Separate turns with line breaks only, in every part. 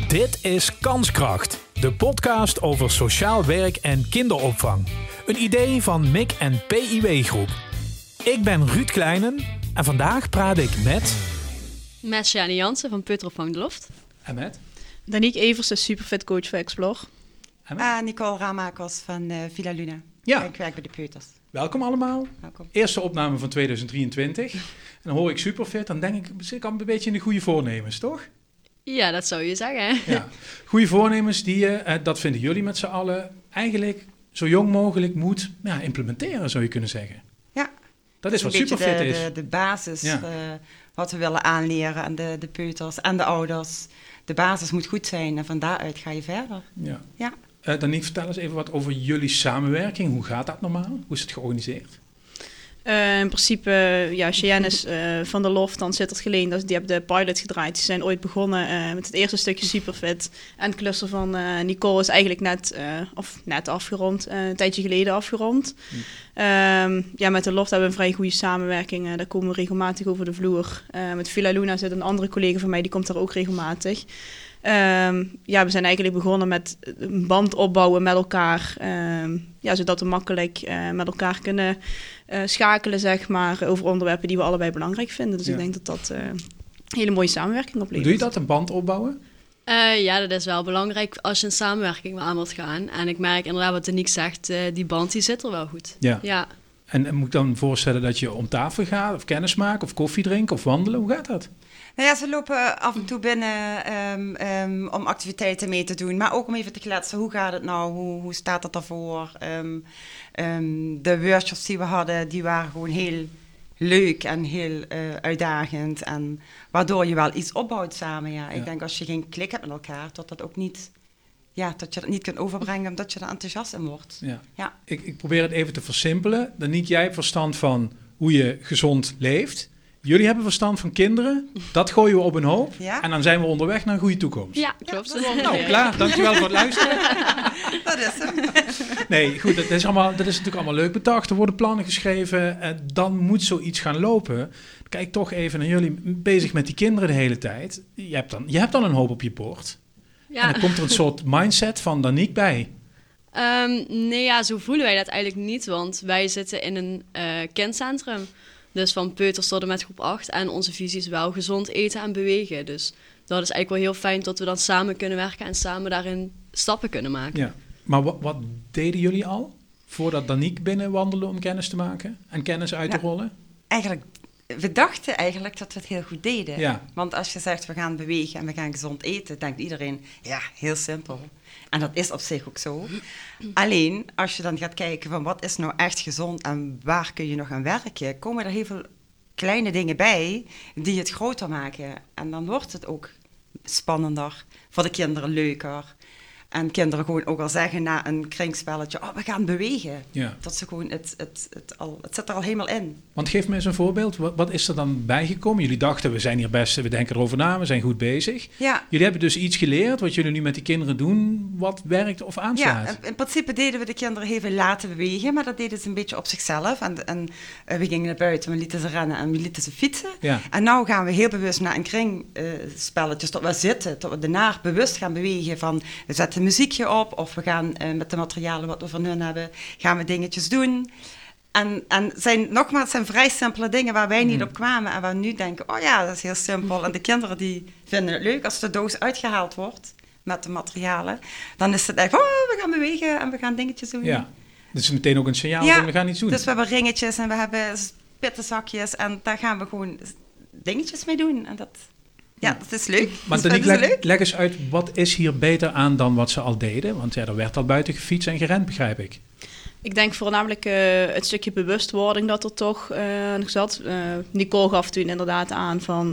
Dit is Kanskracht, de podcast over sociaal werk en kinderopvang. Een idee van MIC en PIW Groep. Ik ben Ruud Kleinen en vandaag praat ik
Met Sjane Jansen van Peuteropvang De Loft.
En met?
Danique Eversen, superfit coach voor Explore.
Nicole Ramakers van Villa Luna.
Ja.
Ik werk bij de peuters.
Welkom allemaal.
Welkom.
Eerste opname van 2023. En dan hoor ik superfit, dan denk ik, zit ik al een beetje in de goede voornemens, toch?
Ja, dat zou je zeggen.
Ja. Goede voornemens die je, dat vinden jullie met z'n allen, eigenlijk zo jong mogelijk moet implementeren, zou je kunnen zeggen.
Ja.
Dat is wat
een
superfit
beetje
is.
de basis,
Ja.
wat we willen aanleren aan de peuters en de ouders. De basis moet goed zijn en van daaruit ga je verder.
Ja.
Ja.
Danique, vertel eens even wat over jullie samenwerking. Hoe gaat dat normaal? Hoe is het georganiseerd?
In principe, Cheyenne is van de Loft, dan zit het geleen. Die hebben de pilot gedraaid. Die zijn ooit begonnen met het eerste stukje Superfit. En het cluster van Nicole is eigenlijk net afgerond, een tijdje geleden afgerond. Met de Loft hebben we een vrij goede samenwerking. Daar komen we regelmatig over de vloer. Met Villa Luna zit een andere collega van mij, die komt daar ook regelmatig. We zijn eigenlijk begonnen met een band opbouwen met elkaar. Zodat we makkelijk met elkaar kunnen schakelen, zeg maar, over onderwerpen die we allebei belangrijk vinden. Dus ik denk dat dat een hele mooie samenwerking oplevert.
Hoe doe je dat, een band opbouwen?
Dat is wel belangrijk als je een samenwerking aan wilt gaan. En ik merk inderdaad wat Danique zegt, die band die zit er wel goed.
Ja. En moet ik dan voorstellen dat je om tafel gaat, of kennis maken, of koffie drinken, of wandelen? Hoe gaat dat?
Nou ja, ze lopen af en toe binnen om activiteiten mee te doen. Maar ook om even te kletsen, hoe gaat het nou? Hoe staat het ervoor? De workshops die we hadden, die waren gewoon heel leuk en heel uitdagend. En waardoor je wel iets opbouwt samen. Ja. Ik denk als je geen klik hebt met elkaar, dat dat ook niet... Ja, dat je dat niet kunt overbrengen, omdat je er enthousiast in wordt. Ja.
Ik probeer het even te versimpelen. Danique, jij hebt verstand van hoe je gezond leeft. Jullie hebben verstand van kinderen. Dat gooien we op een hoop. Ja? En dan zijn we onderweg naar een goede toekomst.
Ja, klopt.
Nou, klaar. Dankjewel voor het luisteren.
Dat is hem.
Nee, goed. Dat is natuurlijk allemaal leuk bedacht. Er worden plannen geschreven. Dan moet zoiets gaan lopen. Kijk toch even naar jullie bezig met die kinderen de hele tijd. Je hebt dan een hoop op je bord. Ja. En dan komt er een soort mindset van Danique bij.
Zo voelen wij dat eigenlijk niet. Want wij zitten in een kindcentrum. Dus van peuters tot en met groep 8. En onze visie is wel gezond eten en bewegen. Dus dat is eigenlijk wel heel fijn dat we dan samen kunnen werken en samen daarin stappen kunnen maken.
Ja. Maar wat deden jullie al voordat Danique binnenwandelde om kennis te maken en kennis uit te rollen?
We dachten eigenlijk dat we het heel goed deden.
Ja.
Want als je zegt we gaan bewegen en we gaan gezond eten, denkt iedereen, ja, heel simpel. En dat is op zich ook zo. Alleen, als je dan gaat kijken van wat is nou echt gezond en waar kun je nog aan werken, komen er heel veel kleine dingen bij die het groter maken. En dan wordt het ook spannender, voor de kinderen leuker. En kinderen gewoon ook al zeggen na een kringspelletje, we gaan bewegen. Ja. Dat ze gewoon, het zit er al helemaal in.
Want geef me eens een voorbeeld. Wat is er dan bijgekomen? Jullie dachten, we zijn hier best, we denken erover na, we zijn goed bezig. Ja. Jullie hebben dus iets geleerd, wat jullie nu met die kinderen doen, wat werkt of aanslaat.
Ja, in principe deden we de kinderen heel veel laten bewegen, maar dat deden ze een beetje op zichzelf. En we gingen naar buiten, we lieten ze rennen en we lieten ze fietsen. Ja. En nu gaan we heel bewust naar een kringspelletje, tot we zitten, tot we daarna bewust gaan bewegen van, we zetten muziekje op of we gaan met de materialen wat we van hun hebben, gaan we dingetjes doen. En zijn vrij simpele dingen waar wij niet op kwamen en waar we nu denken, dat is heel simpel. En de kinderen die vinden het leuk als de doos uitgehaald wordt met de materialen. Dan is het echt, we gaan bewegen en we gaan dingetjes doen.
Ja, dat is meteen ook een signaal van we gaan iets doen.
Dus we hebben ringetjes en we hebben pittenzakjes en daar gaan we gewoon dingetjes mee doen. En dat is leuk.
Maar Danique, leg eens uit, wat is hier beter aan dan wat ze al deden? Want er werd al buiten gefietst en gerend, begrijp ik.
Ik denk voornamelijk het stukje bewustwording dat er toch zat. Nicole gaf toen inderdaad aan van,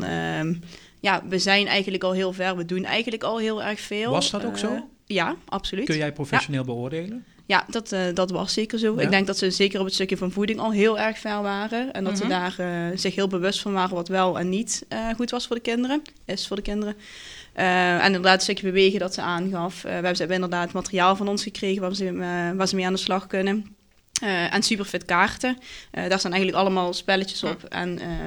we zijn eigenlijk al heel ver. We doen eigenlijk al heel erg veel.
Was dat ook zo?
Ja, absoluut.
Kun jij professioneel beoordelen?
Ja, dat was zeker zo. Ja. Ik denk dat ze zeker op het stukje van voeding al heel erg ver waren. En dat ze daar zich heel bewust van waren wat wel en niet goed was voor de kinderen. Is voor de kinderen. En inderdaad een stukje bewegen dat ze aangaf. We hebben inderdaad materiaal van ons gekregen waar ze mee aan de slag kunnen. En Superfit kaarten. Daar staan eigenlijk allemaal spelletjes op. En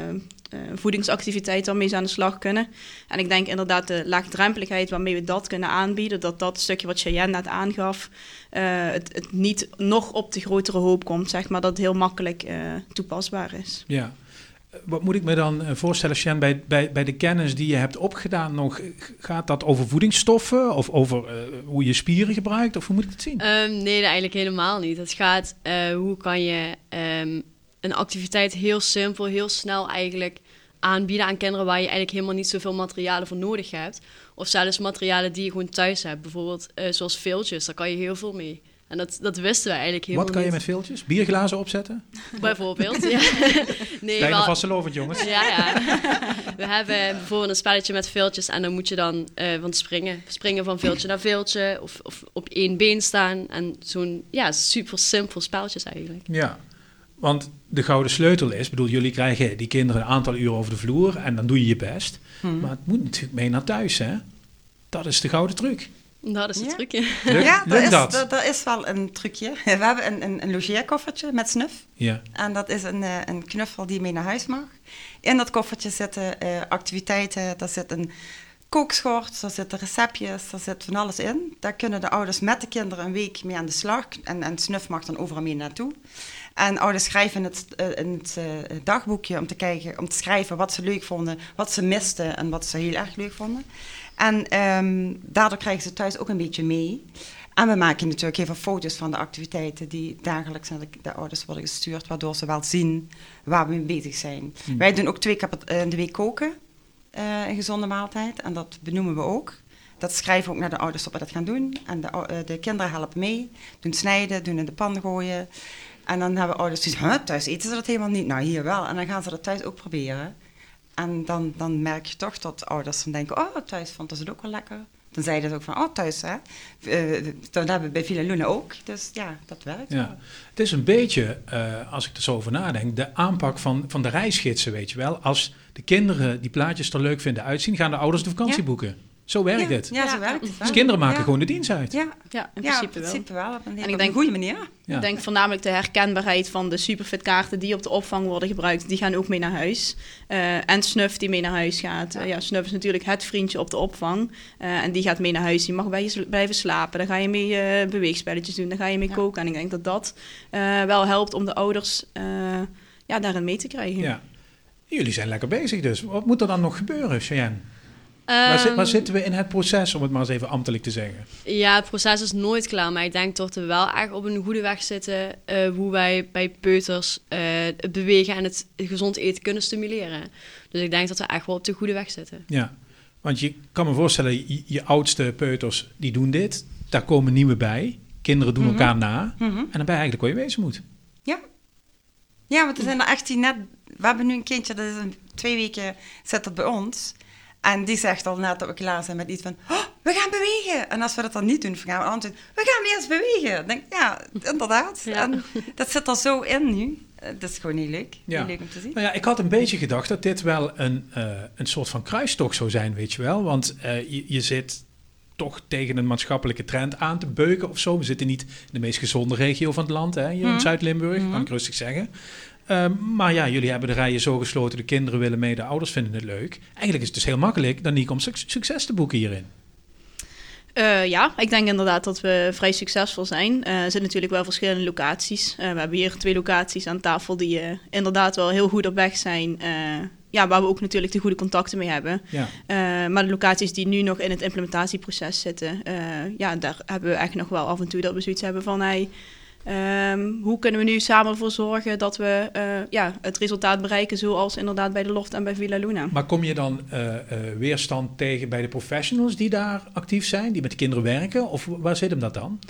voedingsactiviteit waarmee ze aan de slag kunnen. En ik denk inderdaad de laagdrempeligheid waarmee we dat kunnen aanbieden, dat stukje wat Cheyenne net aangaf, het niet nog op de grotere hoop komt, zeg maar, dat het heel makkelijk toepasbaar is.
Ja. Wat moet ik me dan voorstellen, Cheyenne, bij de kennis die je hebt opgedaan nog, gaat dat over voedingsstoffen of over hoe je spieren gebruikt? Of hoe moet ik het zien?
Nee, eigenlijk helemaal niet. Het gaat, hoe kan je een activiteit heel simpel, heel snel eigenlijk aanbieden aan kinderen waar je eigenlijk helemaal niet zoveel materialen voor nodig hebt. Of zelfs materialen die je gewoon thuis hebt. Bijvoorbeeld zoals veeltjes, daar kan je heel veel mee. En dat wisten we eigenlijk helemaal niet.
Wat kan je met veeltjes? Bierglazen opzetten?
Bijvoorbeeld, ja. Nee,
bijna vastelovend, jongens.
Ja. We hebben bijvoorbeeld een spelletje met veeltjes en dan moet je dan van springen van veeltje naar veeltje of op één been staan. En zo'n super simpel spelletjes eigenlijk.
Ja, want de gouden sleutel is, jullie krijgen die kinderen een aantal uren over de vloer en dan doe je je best. Maar het moet natuurlijk mee naar thuis, hè? Dat is de gouden truc.
Dat is het trucje.
Dat is wel een trucje. We hebben een logeerkoffertje met snuf.
Ja.
En dat is een knuffel die mee naar huis mag. In dat koffertje zitten activiteiten, daar zit een kookschort, daar zitten receptjes, daar zit van alles in. Daar kunnen de ouders met de kinderen een week mee aan de slag. En snuf mag dan overal mee naartoe. En ouders schrijven in het dagboekje om te schrijven wat ze leuk vonden, wat ze misten en wat ze heel erg leuk vonden. En daardoor krijgen ze thuis ook een beetje mee. En we maken natuurlijk heel veel foto's van de activiteiten die dagelijks naar de ouders worden gestuurd, waardoor ze wel zien waar we mee bezig zijn. Wij doen ook 2 keer in de week koken, een gezonde maaltijd. En dat benoemen we ook. Dat schrijven we ook naar de ouders op wat we dat gaan doen. En de kinderen helpen mee, doen snijden, doen in de pan gooien. En dan hebben ouders zoiets, thuis eten ze dat helemaal niet. Nou, hier wel. En dan gaan ze dat thuis ook proberen. En dan merk je toch dat ouders dan denken, thuis vonden ze het ook wel lekker. Dan zeiden ze ook van, thuis, hè. Dat hebben we bij Villa Luna ook. Dus ja, dat werkt wel.
Het is een beetje, als ik er zo over nadenk, de aanpak van de reisgidsen, weet je wel. Als de kinderen die plaatjes er leuk vinden uitzien, gaan de ouders de vakantie boeken. Zo werkt het.
Ja, zo werkt het wel.
Dus kinderen maken gewoon de dienst uit.
Ja, in principe
wel. Op een goede manier.
Ja. Ik denk voornamelijk de herkenbaarheid van de superfitkaarten die op de opvang worden gebruikt. Die gaan ook mee naar huis. En Snuf die mee naar huis gaat. Snuf is natuurlijk het vriendje op de opvang. En die gaat mee naar huis. Die mag bij je blijven slapen. Dan ga je mee beweegspelletjes doen. Dan ga je mee koken. En ik denk dat wel helpt om de ouders daarin mee te krijgen.
Ja. Jullie zijn lekker bezig dus. Wat moet er dan nog gebeuren, Cheyenne? Waar zitten we in het proces, om het maar eens even ambtelijk te zeggen? Ja,
het proces is nooit klaar, maar ik denk dat we wel echt op een goede weg zitten hoe wij bij peuters het bewegen en het gezond eten kunnen stimuleren. Dus ik denk dat we echt wel op de goede weg zitten. Ja, want je kan me voorstellen, je oudste peuters die doen dit, daar komen nieuwe bij. Kinderen doen elkaar na en dan ben je eigenlijk waar je wezen moet.
Ja, want er zijn er echt die net... We hebben nu een kindje, dat is 2 weken zit dat bij ons... En die zegt al net dat we klaar zijn met iets van... we gaan bewegen! En als we dat dan niet doen, dan gaan we antwoorden... we gaan eerst bewegen! Dan denk ik, ja, inderdaad. Ja. En dat zit er zo in nu. Dat is gewoon heel leuk. Heel leuk om te zien.
Nou ja, ik had een beetje gedacht dat dit wel een soort van kruistocht zou zijn, weet je wel. Want je zit toch tegen een maatschappelijke trend aan te beuken of zo. We zitten niet in de meest gezonde regio van het land, hè, hier in Zuid-Limburg, kan ik rustig zeggen. Maar ja, jullie hebben de rijen zo gesloten, de kinderen willen mee, de ouders vinden het leuk. Eigenlijk is het dus heel makkelijk dan niet om succes te boeken hierin.
Ik denk inderdaad dat we vrij succesvol zijn. Er zijn natuurlijk wel verschillende locaties. We hebben hier 2 locaties aan tafel die inderdaad wel heel goed op weg zijn. Waar we ook natuurlijk de goede contacten mee hebben. Ja. Maar de locaties die nu nog in het implementatieproces zitten, daar hebben we echt nog wel af en toe dat we zoiets hebben van... hoe kunnen we nu samen ervoor zorgen dat we het resultaat bereiken zoals inderdaad bij de Loft en bij Villa Luna.
Maar kom je dan weerstand tegen bij de professionals die daar actief zijn, die met de kinderen werken? Of waar zit hem dat dan?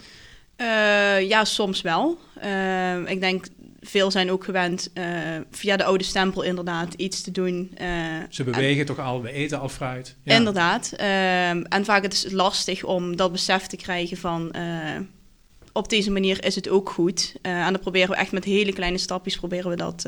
Soms wel. Ik denk, veel zijn ook gewend via de oude stempel inderdaad iets te doen.
Ze bewegen toch al, we eten al fruit.
Ja. Inderdaad. En vaak het is lastig om dat besef te krijgen van... op deze manier is het ook goed. En dan proberen we echt met hele kleine stapjes dat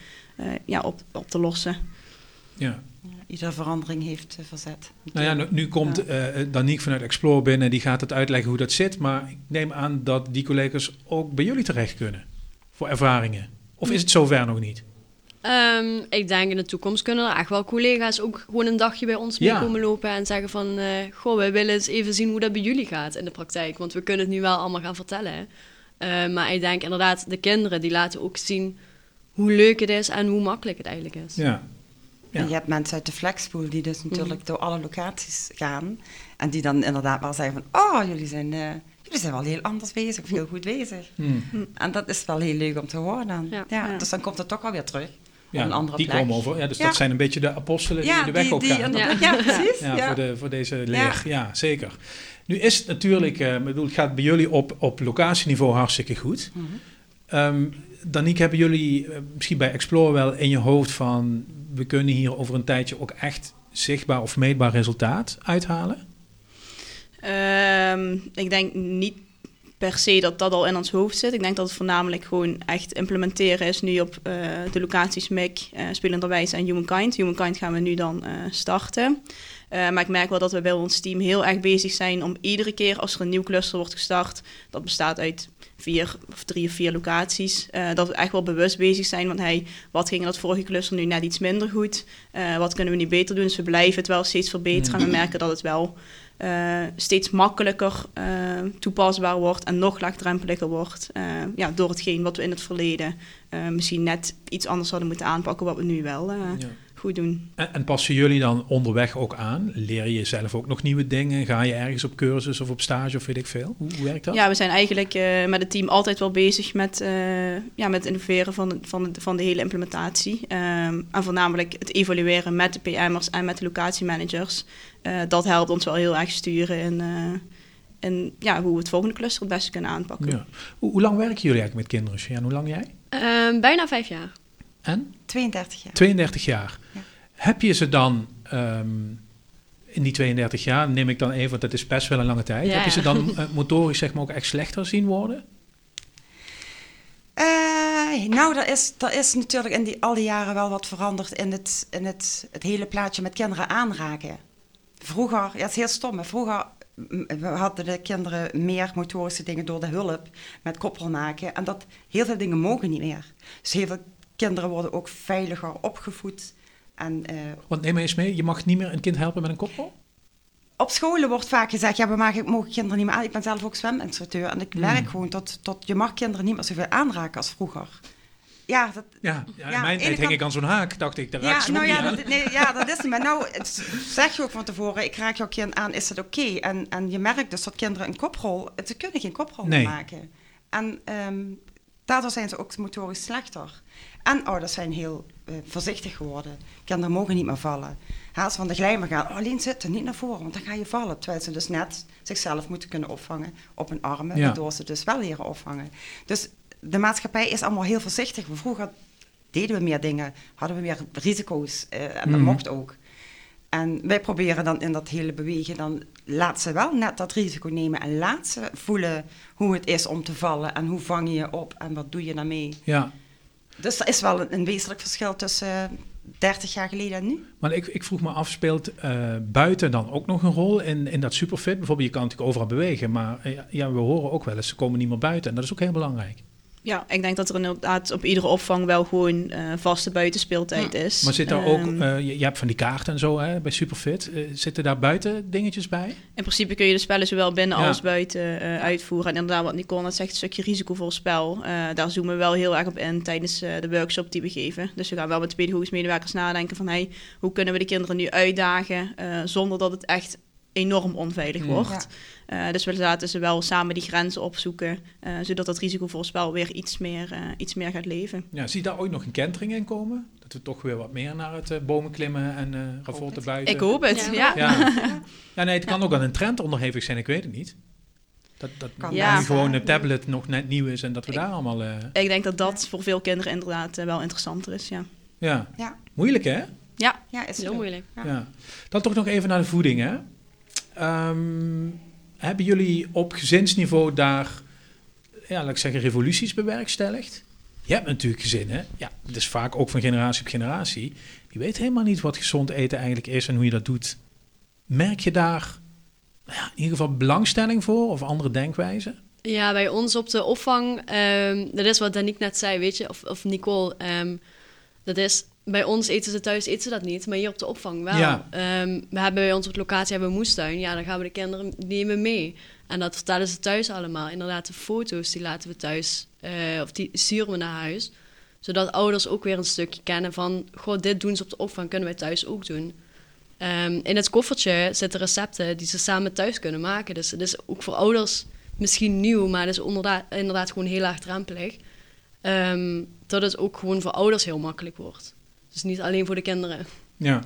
op te lossen.
Ja.
Iedere verandering heeft verzet.
Nou ja, nu komt Danique vanuit Explore binnen... die gaat het uitleggen hoe dat zit. Maar ik neem aan dat die collega's ook bij jullie terecht kunnen. Voor ervaringen. Of is het zover nog niet?
Ik denk in de toekomst kunnen er echt wel collega's ook gewoon een dagje bij ons mee komen lopen en zeggen van, wij willen eens even zien hoe dat bij jullie gaat in de praktijk. Want we kunnen het nu wel allemaal gaan vertellen. Maar ik denk inderdaad, de kinderen die laten ook zien hoe leuk het is en hoe makkelijk het eigenlijk is.
Ja.
En je hebt mensen uit de flexpool die dus natuurlijk door alle locaties gaan. En die dan inderdaad wel zeggen van, jullie zijn wel heel anders bezig of heel goed bezig. En dat is wel heel leuk om te horen dan. Ja. Dus dan komt het toch wel weer terug.
Ja,
een andere
die
plek.
komen over. Ja, dus dat zijn een beetje de apostelen die de weg ook gaan.
Ja, precies.
Voor deze leer. Ja, zeker. Nu is het natuurlijk, het gaat bij jullie op locatieniveau hartstikke goed. Danique, hebben jullie misschien bij Explore wel in je hoofd van, we kunnen hier over een tijdje ook echt zichtbaar of meetbaar resultaat uithalen?
Ik denk niet per se dat dat al in ons hoofd zit. Ik denk dat het voornamelijk gewoon echt implementeren is nu op de locaties MIC, Spelenderwijs en Humankind. Humankind gaan we nu dan starten. Maar ik merk wel dat we bij ons team heel erg bezig zijn om iedere keer als er een nieuw cluster wordt gestart, dat bestaat uit 3 of 4 locaties, dat we echt wel bewust bezig zijn van wat ging in dat vorige cluster nu net iets minder goed? Wat kunnen we nu beter doen? Dus we blijven het wel steeds verbeteren en we merken dat het wel steeds makkelijker toepasbaar wordt en nog laagdrempeliger wordt door hetgeen wat we in het verleden misschien net iets anders hadden moeten aanpakken, wat we nu wel goed doen.
En passen jullie dan onderweg ook aan? Leer je zelf ook nog nieuwe dingen? Ga je ergens op cursus of op stage of weet ik veel? Hoe werkt dat?
Ja, we zijn eigenlijk met het team altijd wel bezig met het innoveren van de hele implementatie. En voornamelijk het evalueren met de PM'ers en met de locatiemanagers. Dat helpt ons wel heel erg sturen in hoe we het volgende cluster het beste kunnen aanpakken. Ja.
Hoe lang werken jullie eigenlijk met kinderen, Cheyenne? Hoe lang jij?
Bijna 5 jaar.
En?
32 jaar.
32 jaar. Ja. Heb je ze dan in die 32 jaar, neem ik dan even, want dat is best wel een lange tijd. Heb je ze dan motorisch zeg maar ook echt slechter zien worden?
Er is natuurlijk in al die jaren wel wat veranderd in het hele plaatje met kinderen aanraken. Vroeger, het is heel stom, maar vroeger hadden de kinderen meer motorische dingen door de hulp met koppel maken. En heel veel dingen mogen niet meer. Dus heel veel kinderen worden ook veiliger opgevoed.
Want neem maar eens mee, je mag niet meer een kind helpen met een koppel?
Op scholen wordt vaak gezegd, we mogen kinderen niet meer aan. Ik ben zelf ook zweminstructeur en ik merk gewoon tot je mag kinderen niet meer zoveel aanraken als vroeger.
In mijn tijd hing ik aan zo'n haak, dacht ik. Dat is niet
maar nou zeg je ook van tevoren, ik raak jouw kind aan, is dat oké? En je merkt dus dat kinderen ze kunnen geen koprol maken. En daardoor zijn ze ook motorisch slechter. En ouders zijn heel voorzichtig geworden. Kinderen mogen niet meer vallen. Als ze van de glijmer gaan, alleen zitten, niet naar voren, want dan ga je vallen. Terwijl ze dus net zichzelf moeten kunnen opvangen op hun armen, waardoor ze dus wel leren opvangen. Dus de maatschappij is allemaal heel voorzichtig. Vroeger deden we meer dingen, hadden we meer risico's en dat mocht ook. En wij proberen dan in dat hele bewegen, dan laat ze wel net dat risico nemen en laat ze voelen hoe het is om te vallen en hoe vang je je op en wat doe je daarmee. Ja. Dus er is wel een wezenlijk verschil tussen 30 jaar geleden en nu.
Maar ik vroeg me af, speelt buiten dan ook nog een rol in dat superfit? Bijvoorbeeld, je kan natuurlijk overal bewegen, maar we horen ook wel eens, ze komen niet meer buiten. En dat is ook heel belangrijk.
Ja, ik denk dat er inderdaad op iedere opvang wel gewoon vaste buitenspeeltijd is.
Maar zit daar ook, je hebt van die kaarten en zo bij Superfit, zitten daar buiten dingetjes bij?
In principe kun je de spellen zowel binnen als buiten uitvoeren. En inderdaad, wat Nicole net zegt, een stukje risicovol spel. Daar zoomen we wel heel erg op in tijdens de workshop die we geven. Dus we gaan wel met de pedagogische medewerkers nadenken van, hoe kunnen we de kinderen nu uitdagen zonder dat het echt enorm onveilig wordt. Ja. Dus we laten ze wel samen die grenzen opzoeken, zodat dat risicovol spel weer iets meer gaat leven.
Ja, zie je daar ooit nog een kentering in komen? Dat we toch weer wat meer naar het bomen klimmen en ravotten buiten?
Ik hoop het, ja.
Het kan ook aan een trend onderhevig zijn, ik weet het niet. Dat nu gewoon een tablet nog net nieuw is en dat we daar allemaal...
Ik denk dat voor veel kinderen inderdaad wel interessanter is,
Ja. Moeilijk, hè?
Ja, is heel moeilijk.
Ja. Dan toch nog even naar de voeding, hè? Hebben jullie op gezinsniveau daar, laat ik zeggen, revoluties bewerkstelligd? Je hebt natuurlijk gezin, hè? Ja, dat is vaak ook van generatie op generatie. Die weet helemaal niet wat gezond eten eigenlijk is en hoe je dat doet. Merk je daar in ieder geval belangstelling voor of andere denkwijzen?
Ja, bij ons op de opvang, dat is wat Danique net zei, weet je, of Nicole. Bij ons eten ze dat niet, maar hier op de opvang wel.
Ja.
We hebben bij ons op de locatie een moestuin. Ja, dan gaan we de kinderen nemen mee. En dat vertellen ze thuis allemaal. Inderdaad, de foto's die laten we thuis, of die sturen we naar huis. Zodat ouders ook weer een stukje kennen van... Goh, dit doen ze op de opvang, kunnen wij thuis ook doen. In het koffertje zitten recepten die ze samen thuis kunnen maken. Dus het is ook voor ouders misschien nieuw, maar het is inderdaad gewoon heel laagdrempelig. Dat het ook gewoon voor ouders heel makkelijk wordt. Dus niet alleen voor de kinderen.
Ja,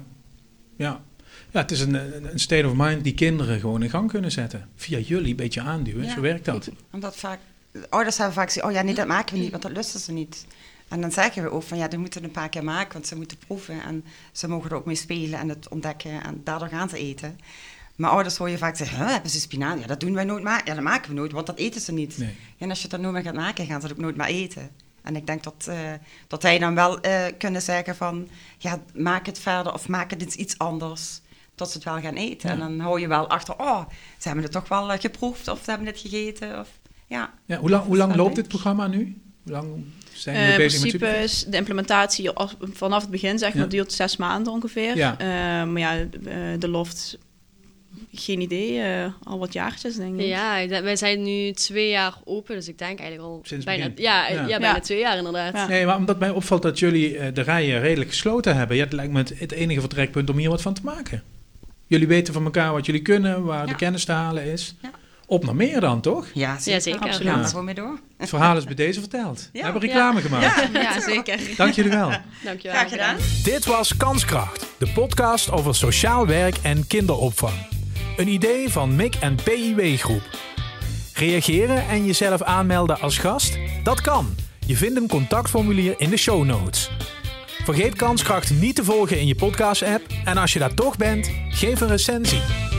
het is een state of mind die kinderen gewoon in gang kunnen zetten. Via jullie een beetje aanduwen, zo werkt dat.
Omdat ouders hebben vaak gezegd, nee, dat maken we niet, want dat lusten ze niet. En dan zeggen we ook van, dat moeten we een paar keer maken, want ze moeten proeven. En ze mogen er ook mee spelen en het ontdekken en daardoor gaan ze eten. Maar ouders hoor je vaak zeggen, hebben ze spinazie? Ja, dat doen wij nooit maken. Ja, dat maken we nooit, want dat eten ze niet. Nee. En als je dat nooit meer gaat maken, gaan ze het ook nooit meer eten. En ik denk dat wij dan wel kunnen zeggen van... maak het verder of maak het iets anders. Tot ze het wel gaan eten. Ja. En dan hou je wel achter... ze hebben het toch wel geproefd of ze hebben het gegeten.
Hoe lang loopt dit programma nu? Hoe lang zijn we bezig met
principe is de implementatie vanaf het begin, zeg maar, duurt 6 maanden ongeveer. Ja. Maar de loft... Geen idee, al wat jaartjes denk ik.
Ja, wij zijn nu 2 jaar open, dus ik denk eigenlijk al
sinds
bijna 2 jaar inderdaad.
Ja. Nee, maar omdat mij opvalt dat jullie de rijen redelijk gesloten hebben. Ja, het lijkt me het enige vertrekpunt om hier wat van te maken. Jullie weten van elkaar wat jullie kunnen, waar de kennis te halen is. Ja. Op naar meer dan, toch?
Ja, zeker. Absoluut. Gaan we gewoon mee door.
Het verhaal is bij deze verteld. We hebben reclame gemaakt.
Ja, zeker.
Dank jullie wel.
Dankjewel.
Graag gedaan.
Dit was Kanskracht, de podcast over sociaal werk en kinderopvang. Een idee van MIC en PIW Groep. Reageren en jezelf aanmelden als gast? Dat kan. Je vindt een contactformulier in de show notes. Vergeet Kanskracht niet te volgen in je podcast-app. En als je daar toch bent, geef een recensie.